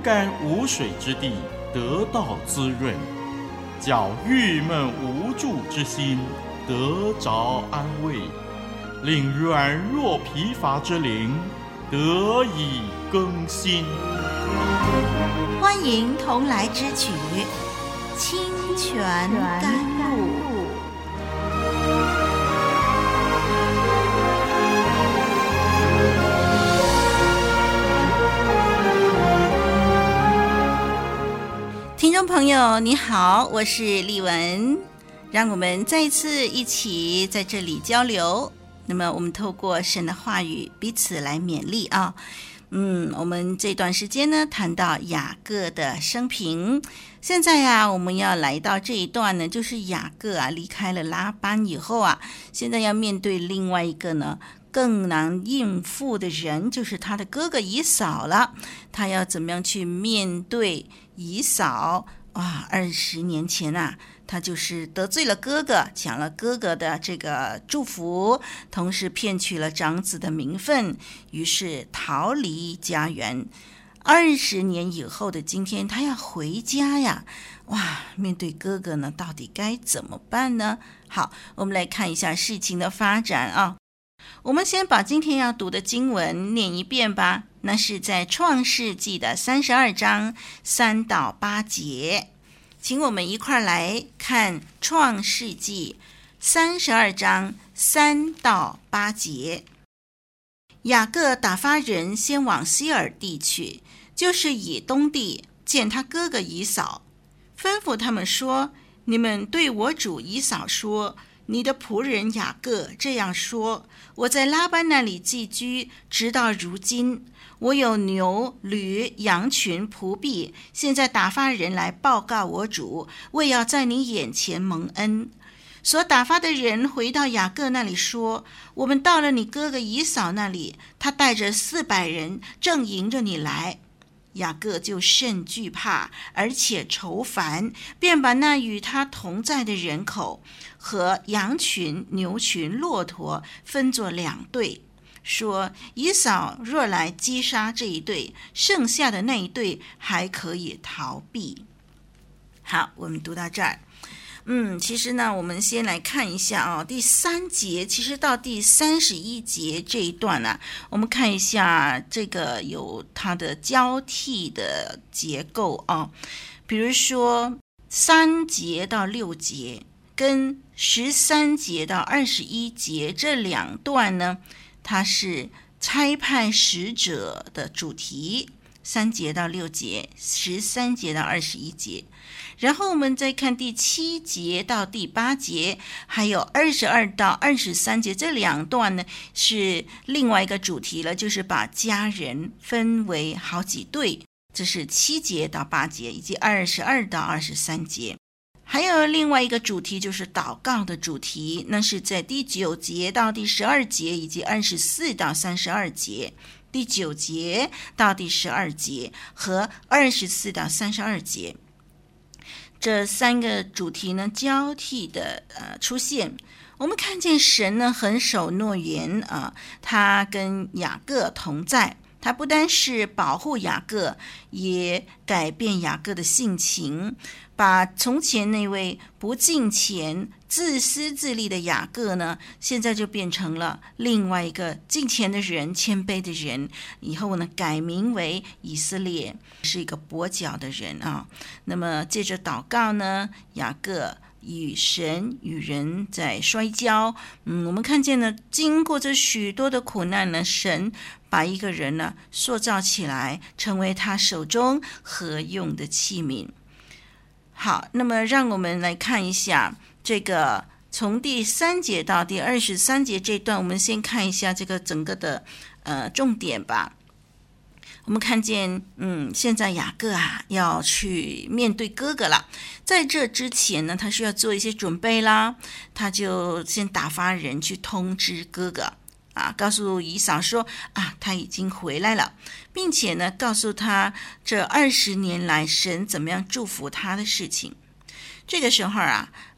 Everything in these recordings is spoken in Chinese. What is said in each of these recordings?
干无水之地得到滋润，叫郁闷无助之心得着安慰，令软弱疲乏之灵得以更新。 欢迎同来之曲《清泉甘露》。听众朋友你好，我是丽文，让我们再一次一起在这里交流。那么我们透过神的话语彼此来勉励啊。我们这段时间呢谈到雅各的生平，现在啊我们要来到这一段呢，就是雅各啊离开了拉班以后啊，现在要面对另外一个呢更难应付的人，就是他的哥哥以扫了。他要怎么样去面对以扫？20年前啊，他就是得罪了哥哥，抢了哥哥的这个祝福，同时骗取了长子的名分，于是逃离家园。20年以后的今天，他要回家呀！面对哥哥呢，到底该怎么办呢？好，我们来看一下事情的发展啊。我们先把今天要读的经文念一遍吧，那是在创世纪的32章3到8节。请我们一块来看创世纪32章3到8节。雅各打发人先往西珥地去，就是以东地，见他哥哥以扫，吩咐他们说：你们对我主以扫说，你的仆人雅各这样说：我在拉班那里寄居，直到如今。我有牛、驴、羊群、仆婢，现在打发人来报告我主，为要在你眼前蒙恩。所打发的人回到雅各那里说：我们到了你哥哥以扫那里，他带着400人，正迎着你来。雅各就甚惧怕，而且愁烦，便把那与他同在的人口和羊群、牛群、骆驼分作2队，说：以扫若来击杀这一队，剩下的那一队还可以逃避。好，我们读到这儿。其实呢，我们先来看一下第3节，其实到第31节这一段呢，我们看一下这个有它的交替的结构啊。比如说3节到6节跟13节到21节这2段呢，它是差派使者的主题，3节到6节，13节到21节。然后我们再看第7节到第8节，还有22到23节这2段呢，是另外一个主题了，就是把家人分为好几队，这是7节到8节以及22到23节。还有另外一个主题就是祷告的主题，那是在第9节到第12节以及24到32节，第9节到第12节和24到32节。这3个主题呢交替的出现。我们看见神呢很守诺言啊，他跟雅各同在，他不单是保护雅各，也改变雅各的性情，把从前那位不敬虔、自私自利的雅各呢，现在就变成了另外一个敬虔的人、谦卑的人。以后呢，改名为以色列，是一个跛脚的人啊。那么借着祷告呢，雅各与神与人在摔跤。我们看见呢，经过这许多的苦难呢，神把一个人呢塑造起来，成为他手中合用的器皿。好，那么让我们来看一下这个从第3节到第23节这段，我们先看一下这个整个的重点吧。我们看见现在雅各要去面对哥哥了，在这之前呢，他需要做一些准备啦，他就先打发人去通知哥哥告诉以扫说他已经回来了，并且呢告诉他这20年来神怎么样祝福他的事情。这个时候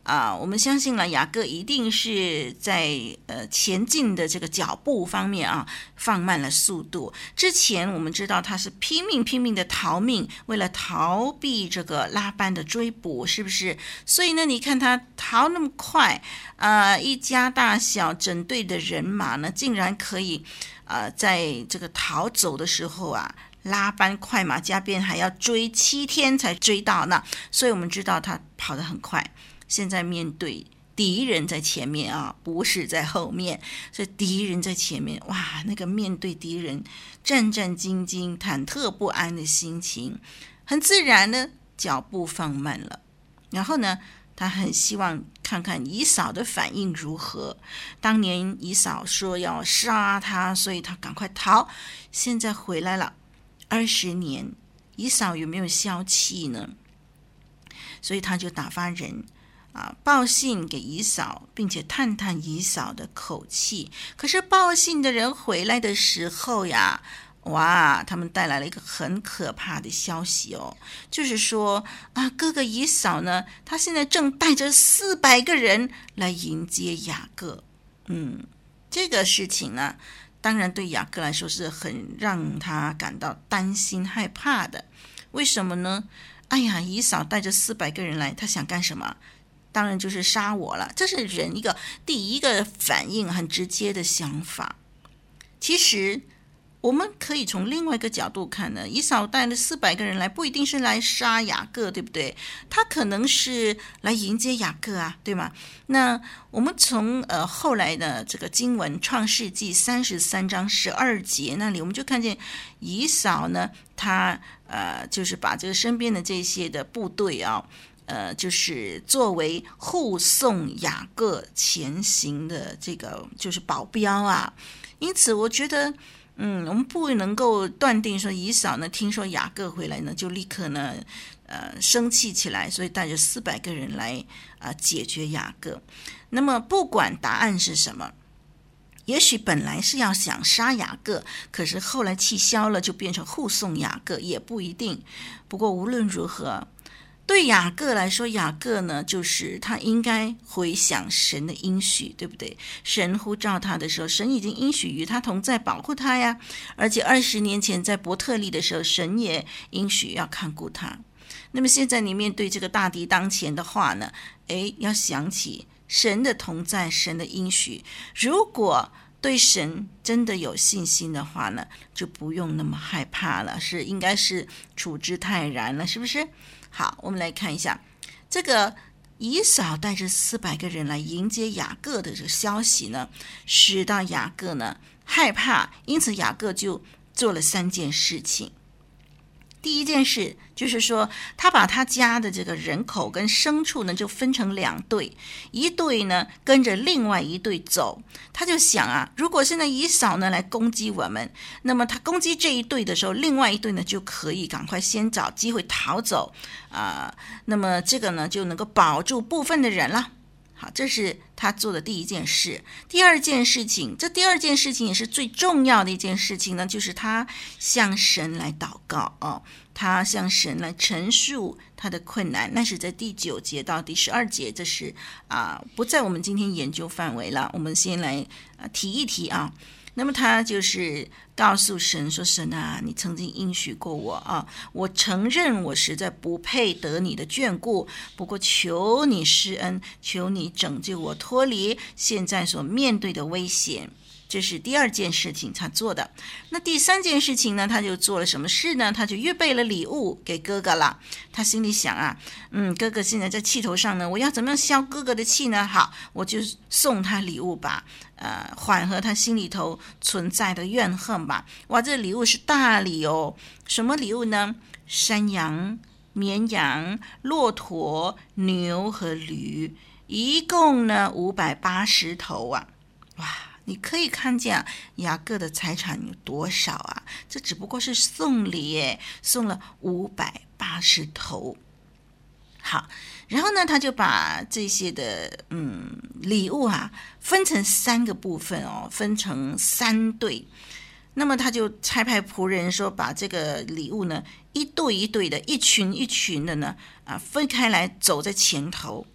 我们相信了雅各一定是在前进的这个脚步方面啊放慢了速度。之前我们知道他是拼命的逃命，为了逃避这个拉班的追捕，是不是？所以呢，你看他逃那么快，一家大小整队的人马呢，竟然可以在这个逃走的时候啊，拉班快马加鞭，还要追7天才追到呢。所以我们知道他跑得很快。现在面对敌人在前面啊，不是在后面，所以敌人在前面，哇，那个面对敌人战战兢兢、忐忑不安的心情，很自然的脚步放慢了。然后呢，他很希望看看以扫的反应如何。当年以扫说要杀他，所以他赶快逃。现在回来了20年，以扫有没有消气呢？所以他就打发人报信给以扫，并且探探以扫的口气。可是报信的人回来的时候呀，哇，他们带来了一个很可怕的消息哦，就是说哥哥以扫呢，他现在正带着400个人来迎接雅各。这个事情呢，当然对雅各来说是很让他感到担心害怕的。为什么呢？哎呀，以扫带着400个人来，他想干什么？当然就是杀我了，这是人第一个反应，很直接的想法。其实我们可以从另外一个角度看呢，以扫带了400个人来，不一定是来杀雅各，对不对？他可能是来迎接雅各啊，对吗？那我们从后来的这个经文创世纪33章12节那里，我们就看见以扫呢，他就是把这个身边的这些的部队就是作为护送雅各前行的这个就是保镖啊。因此我觉得我们不能够断定说以扫呢听说雅各回来呢就立刻呢生气起来，所以带着400个人来解决雅各。那么不管答案是什么，也许本来是要想杀雅各，可是后来气消了，就变成护送雅各，也不一定。不过无论如何，对雅各来说，雅各呢，就是他应该回想神的应许，对不对？神呼召他的时候，神已经应许与他同在，保护他呀。而且20年前在伯特利的时候，神也应许要看顾他。那么现在你面对这个大敌当前的话呢，要想起神的同在，神的应许。如果对神真的有信心的话呢，就不用那么害怕了，应该是处之泰然了，是不是？好，我们来看一下这个以扫带着400个人来迎接雅各的这个消息呢，使到雅各呢害怕，因此雅各就做了3件事情。第一件事就是说，他把他家的这个人口跟牲畜呢就分成2队，一队呢跟着另外一队走。他就想如果现在以扫呢来攻击我们，那么他攻击这一队的时候，另外一队呢就可以赶快先找机会逃走那么这个呢就能够保住部分的人了。好，这是他做的第一件事。第二件事情也是最重要的一件事情呢，就是他向神来祷告他向神来陈述他的困难，那是在第9节到第12节，这是不在我们今天研究范围了，我们先来提一提那么他就是告诉神说，神啊，你曾经应许过我我承认我实在不配得你的眷顾，不过求你施恩，求你拯救我脱离现在所面对的危险。这是第2件事情他做的。那第3件事情呢，他就做了什么事呢？他就预备了礼物给哥哥了。他心里想哥哥现在在气头上呢，我要怎么样消哥哥的气呢？好，我就送他礼物吧，缓和他心里头存在的怨恨吧。哇，这礼物是大礼哦。什么礼物呢？山羊、绵羊、骆驼、牛和驴，一共呢580头哇，你可以看见雅各的财产有多少这只不过是送礼耶，送了580头。好，然后呢，他就把这些的礼物分成3个部分分成3队。那么他就差派仆人说，把这个礼物呢一队一队的，一群一群的呢分开来走在前头。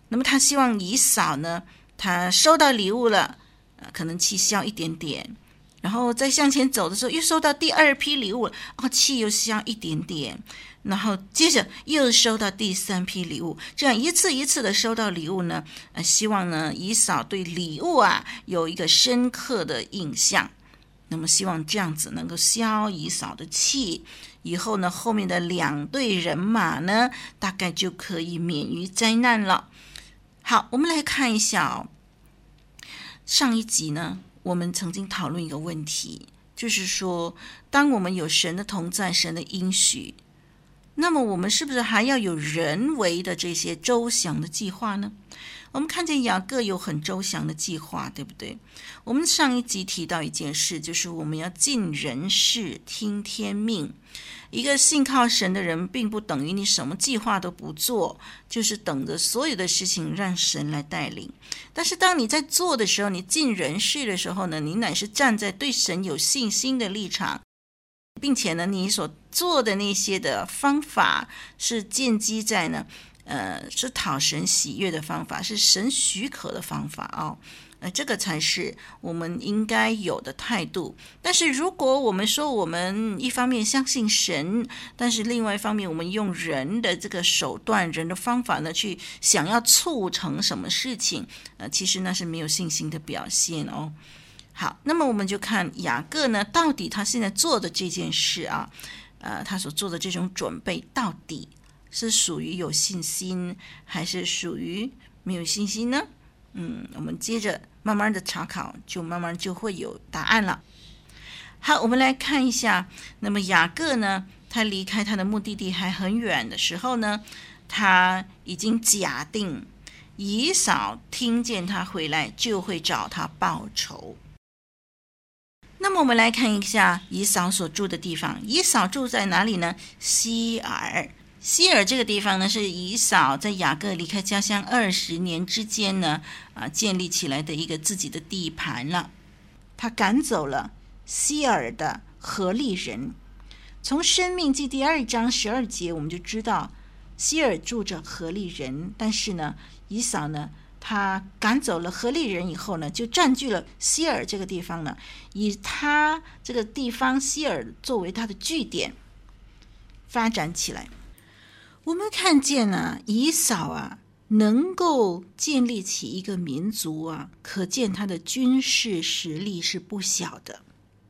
那么他希望以扫呢，他收到礼物了，可能气消一点点，然后再向前走的时候又收到第二批礼物了，气又消一点点，然后接着又收到第三批礼物，这样一次一次的收到礼物呢，希望呢以扫对礼物有一个深刻的印象，那么希望这样子能够消以扫的气，以后呢后面的2队人马呢大概就可以免于灾难了。好，我们来看一下上一集呢我们曾经讨论一个问题，就是说当我们有神的同在，神的应许，那么我们是不是还要有人为的这些周详的计划呢？我们看见雅各有很周详的计划，对不对？我们上一集提到一件事，就是我们要尽人事，听天命。一个信靠神的人，并不等于你什么计划都不做，就是等着所有的事情让神来带领。但是当你在做的时候，你尽人事的时候呢，你乃是站在对神有信心的立场，并且呢，你所做的那些的方法是建基在呢，是讨神喜悦的方法，是神许可的方法这个才是我们应该有的态度。但是如果我们说我们一方面相信神，但是另外一方面我们用人的这个手段、人的方法呢，去想要促成什么事情，其实那是没有信心的表现好，那么我们就看雅各呢，到底他现在做的这件事他所做的这种准备，到底是属于有信心，还是属于没有信心呢？我们接着慢慢的查考，就慢慢就会有答案了。好，我们来看一下，那么雅各呢，他离开他的目的地还很远的时候呢，他已经假定以扫听见他回来就会找他报仇。那么我们来看一下以扫所住的地方，以扫住在哪里呢？西珥。西珥这个地方呢，是以扫在雅各离开家乡20年之间呢，建立起来的一个自己的地盘了。他赶走了西珥的何利人。从申命记第2章12节我们就知道，西珥住着何利人，但是呢，以扫呢，他赶走了何利人以后呢，就占据了西珥这个地方呢，以他这个地方西珥作为他的据点发展起来。我们看见以扫能够建立起一个民族可见他的军事实力是不小的。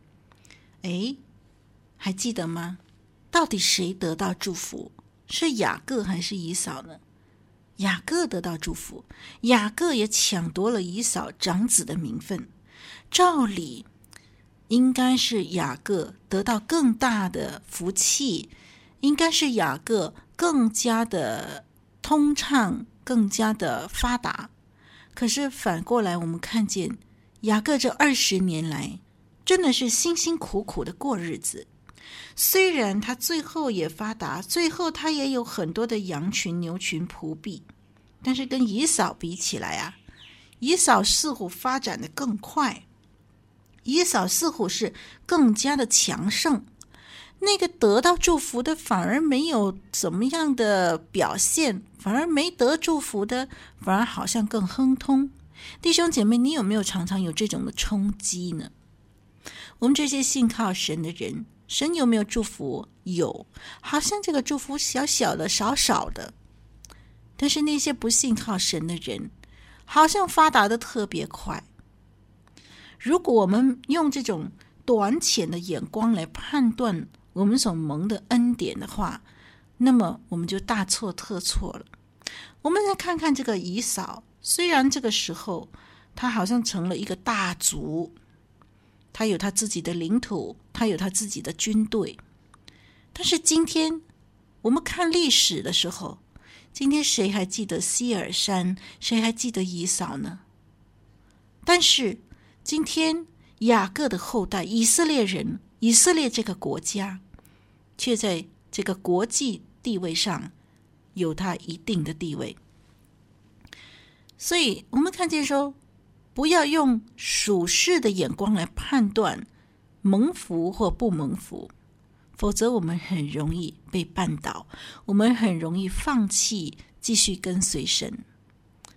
还记得吗？到底谁得到祝福？是雅各还是以扫呢？雅各得到祝福，雅各也抢夺了以扫长子的名分。照理应该是雅各得到更大的福气，应该是雅各更加的通畅，更加的发达。可是反过来，我们看见雅各这20年来真的是辛辛苦苦的过日子。虽然他最后也发达，最后他也有很多的羊群、牛群、仆婢，但是跟以扫比起来以扫似乎发展的更快，以扫似乎是更加的强盛。那个得到祝福的反而没有怎么样的表现，反而没得祝福的反而好像更亨通。弟兄姐妹，你有没有常常有这种的冲击呢？我们这些信靠神的人，神有没有祝福？有，好像这个祝福小小的、少少的。但是那些不信靠神的人，好像发达的特别快。如果我们用这种短浅的眼光来判断我们所蒙的恩典的话，那么我们就大错特错了。我们再看看这个以扫，虽然这个时候他好像成了一个大族，他有他自己的领土，他有他自己的军队，但是今天我们看历史的时候，今天谁还记得西珥山？谁还记得以扫呢？但是今天雅各的后代以色列人，以色列这个国家却在这个国际地位上有它一定的地位。所以我们看见说，不要用属世的眼光来判断蒙福或不蒙福，否则我们很容易被绊倒，我们很容易放弃继续跟随神。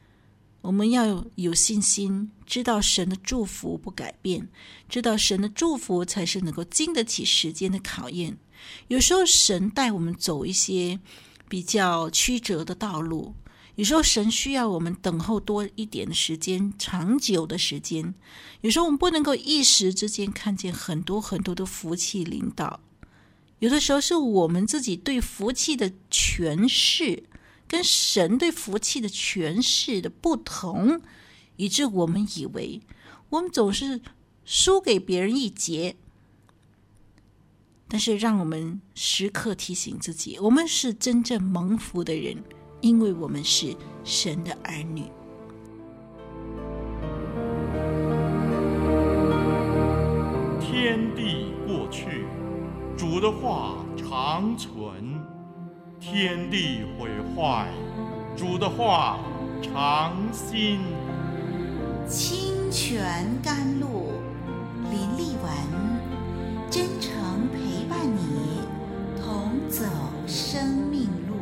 我们要有信心，知道神的祝福不改变，知道神的祝福才是能够经得起时间的考验。有时候神带我们走一些比较曲折的道路，有时候神需要我们等候多一点的时间，长久的时间。有时候我们不能够一时之间看见很多很多的福气临到，有的时候是我们自己对福气的诠释跟神对福气的诠释的不同，以致我们以为我们总是输给别人一截。但是让我们时刻提醒自己，我们是真正蒙福的人，因为我们是神的儿女。 天地过去，主的话长存；天地毁坏，主的话长新。 清泉甘露，林丽文，真诚陪伴你，同走生命路。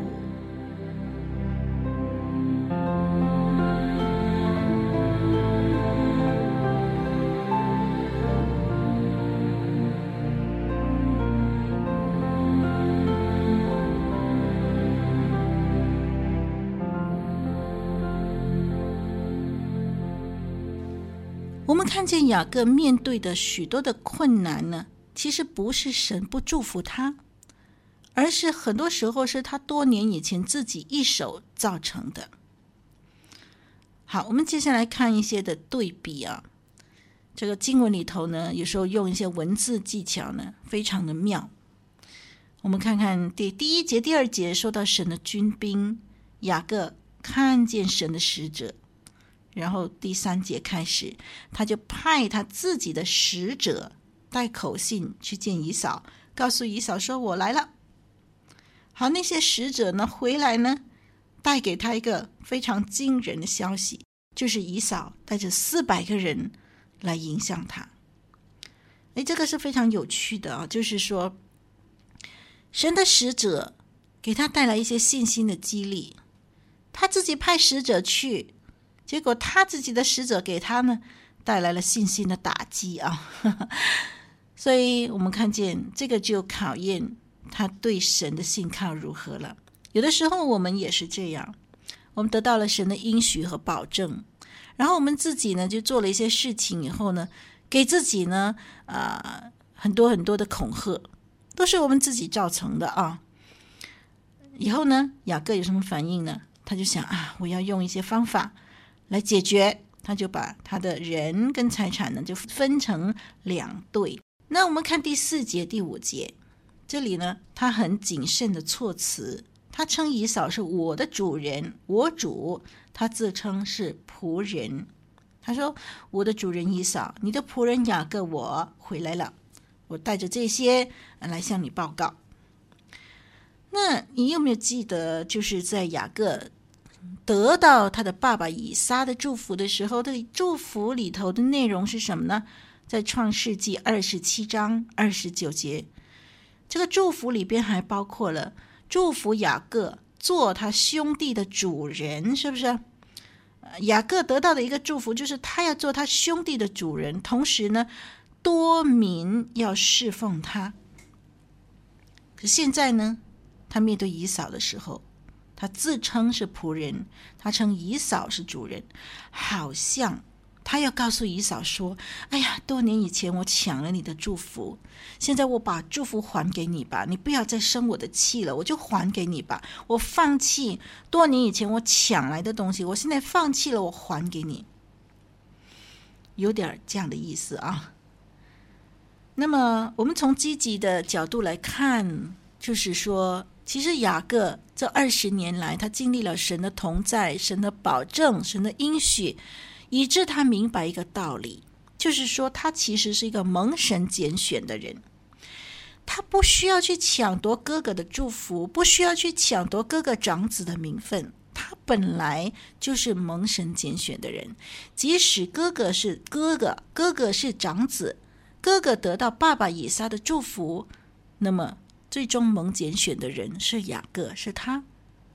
我们看见雅各面对的许多的困难呢，其实不是神不祝福他，而是很多时候是他多年以前自己一手造成的。好，我们接下来看一些的对比啊。这个经文里头呢，有时候用一些文字技巧呢，非常的妙。我们看看第一节、第二节说到神的军兵，雅各看见神的使者。然后第3节开始，他就派他自己的使者带口信去见以扫，告诉以扫说我来了。好，那些使者呢回来呢，带给他一个非常惊人的消息，就是以扫带着400个人来迎向他。这个是非常有趣的啊，就是说神的使者给他带来一些信心的激励，他自己派使者去，结果他自己的使者给他呢带来了信心的打击啊。所以我们看见这个就考验他对神的信靠如何了。有的时候我们也是这样，我们得到了神的应许和保证，然后我们自己呢就做了一些事情以后呢，给自己呢很多很多的恐吓，都是我们自己造成的啊。以后呢，雅各有什么反应呢？他就想我要用一些方法来解决，他就把他的人跟财产呢就分成2队。那我们看第4节、第5节，这里呢他很谨慎的措辞，他称以扫是我的主人，我主，他自称是仆人。他说我的主人以扫，你的仆人雅各我回来了，我带着这些来向你报告。那你有没有记得，就是在雅各得到他的爸爸以撒的祝福的时候，这个祝福里头的内容是什么呢？在创世纪27章29节，这个祝福里边还包括了祝福雅各做他兄弟的主人，是不是？雅各得到的一个祝福就是他要做他兄弟的主人，同时呢多民要侍奉他。可现在呢，他面对以扫的时候，他自称是仆人，他称以扫是主人，好像他要告诉以扫说，哎呀，多年以前我抢了你的祝福，现在我把祝福还给你吧，你不要再生我的气了，我就还给你吧，我放弃多年以前我抢来的东西，我现在放弃了，我还给你。有点这样的意思啊。那么我们从积极的角度来看，就是说其实雅各这20年来，他经历了神的同在，神的保证，神的应许，以致他明白一个道理，就是说他其实是一个蒙神拣选的人，他不需要去抢夺哥哥的祝福，不需要去抢夺哥哥长子的名分，他本来就是蒙神拣选的人。即使哥哥是哥哥，哥哥是长子，哥哥得到爸爸以撒的祝福，那么最终蒙拣选的人是雅各，是他。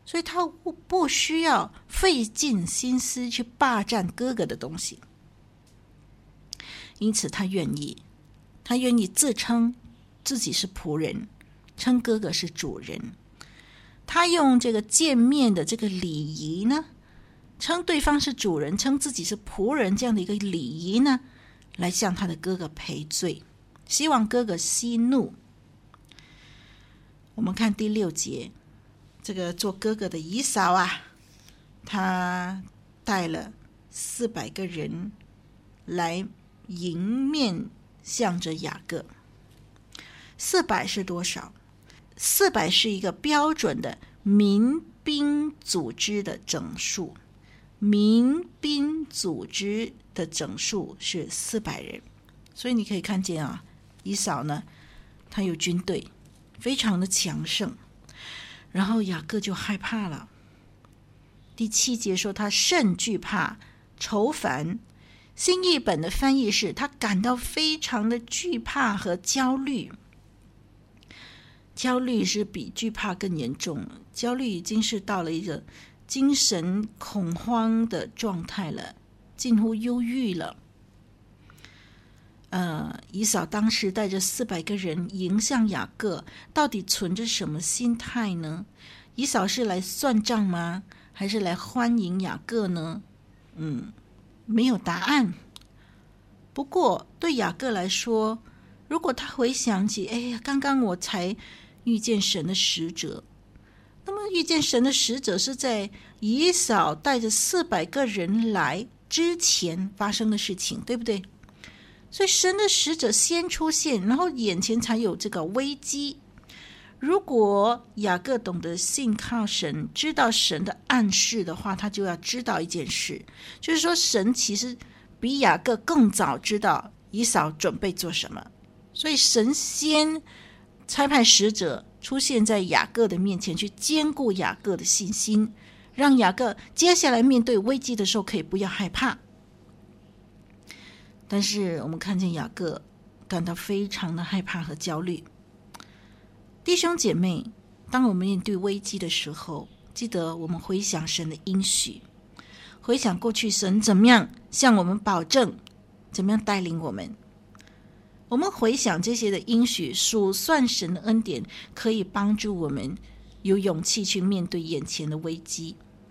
所以他不需要费尽心思去霸占哥哥的东西，因此他愿意自称自己是仆人，称哥哥是主人。他用这个见面的这个礼仪呢，称对方是主人，称自己是仆人，这样的一个礼仪呢，来向他的哥哥赔罪，希望哥哥息怒。我们看第6节，这个做哥哥的以扫啊，他带了400个人来迎面向着雅各。400是多少？400是一个标准的民兵组织的整数，民兵组织的整数是400人。所以你可以看见啊，以扫呢，他有军队，非常的强盛，然后雅各就害怕了。第7节说他甚惧怕愁烦，新译本的翻译是他感到非常的惧怕和焦虑。焦虑是比惧怕更严重了，焦虑已经是到了一个精神恐慌的状态了，近乎忧郁了。以扫当时带着400个人迎向雅各，到底存着什么心态呢？以扫是来算账吗？还是来欢迎雅各呢？没有答案。不过对雅各来说，如果他回想起，刚刚我才遇见神的使者，那么遇见神的使者是在以扫带着400个人来之前发生的事情，对不对？所以神的使者先出现，然后眼前才有这个危机。如果雅各懂得信靠神，知道神的暗示的话，他就要知道一件事，就是说神其实比雅各更早知道以扫准备做什么，所以神先差派使者出现在雅各的面前，去坚固雅各的信心，让雅各接下来面对危机的时候可以不要害怕。但是我们看见雅各感到非常的害怕和焦虑。弟兄姐妹，当我们面对危机的时候，记得我们回想神的应许，回想过去神怎么样向我们保证，怎么样带领我们。我们回想这些的应许，数算神的恩典，可以帮助我们有勇气去面对眼前的危机。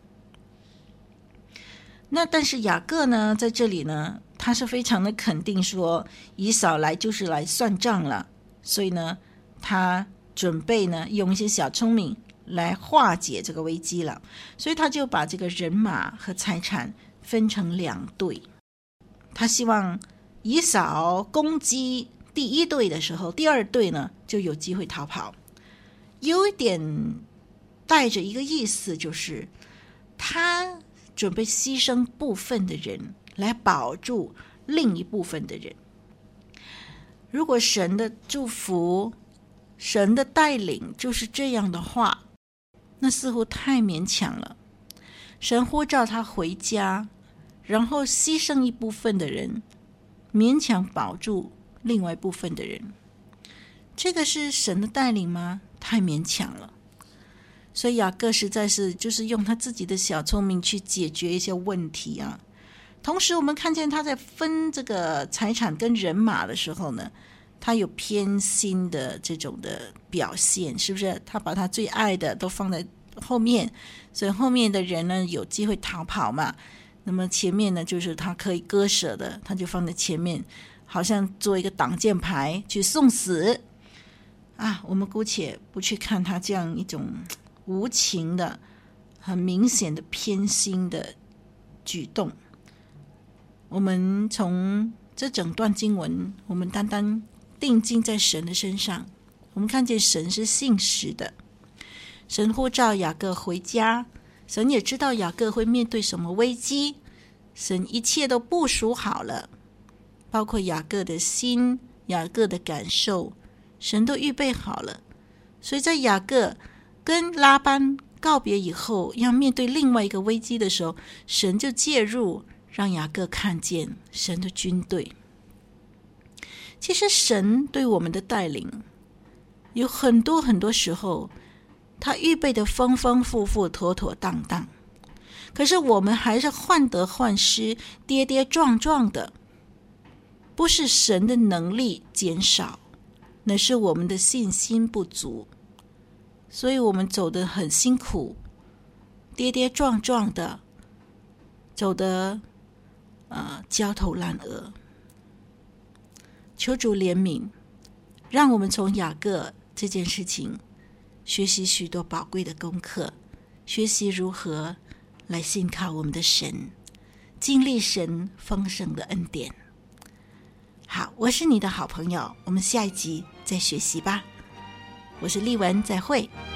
那但是雅各呢，在这里呢，他是非常的肯定说以扫来就是来算账了，所以呢他准备呢用一些小聪明来化解这个危机了，所以他就把这个人马和财产分成2队。他希望以扫攻击第1队的时候，第2队呢就有机会逃跑。有一点带着一个意思，就是他准备牺牲部分的人来保住另一部分的人。如果神的祝福，神的带领就是这样的话，那似乎太勉强了。神呼召他回家，然后牺牲一部分的人，勉强保住另外一部分的人，这个是神的带领吗？太勉强了。所以雅各实在是就是用他自己的小聪明去解决一些问题啊。同时我们看见他在分这个财产跟人马的时候呢，他有偏心的这种的表现，是不是？他把他最爱的都放在后面，所以后面的人呢有机会逃跑嘛，那么前面呢就是他可以割舍的，他就放在前面，好像做一个挡箭牌去送死啊。我们姑且不去看他这样一种无情的很明显的偏心的举动，我们从这整段经文，我们单单定睛在神的身上，我们看见神是信实的。神呼召雅各回家，神也知道雅各会面对什么危机，神一切都部署好了，包括雅各的心，雅各的感受，神都预备好了。所以在雅各跟拉班告别以后，要面对另外一个危机的时候，神就介入，让雅各看见神的军队。其实神对我们的带领有很多很多时候， 他预备的丰丰富富、妥妥当当。可是我们还是患得患失、跌跌撞撞的，不是神的能力减少，那是我们的信心不足，所以我们走得很辛苦，跌跌撞撞的，走得焦头烂额。求主怜悯，让我们从雅各这件事情学习许多宝贵的功课，学习如何来信靠我们的神，经历神丰盛的恩典。好，我是你的好朋友，我们下一集再学习吧。我是丽文，再会。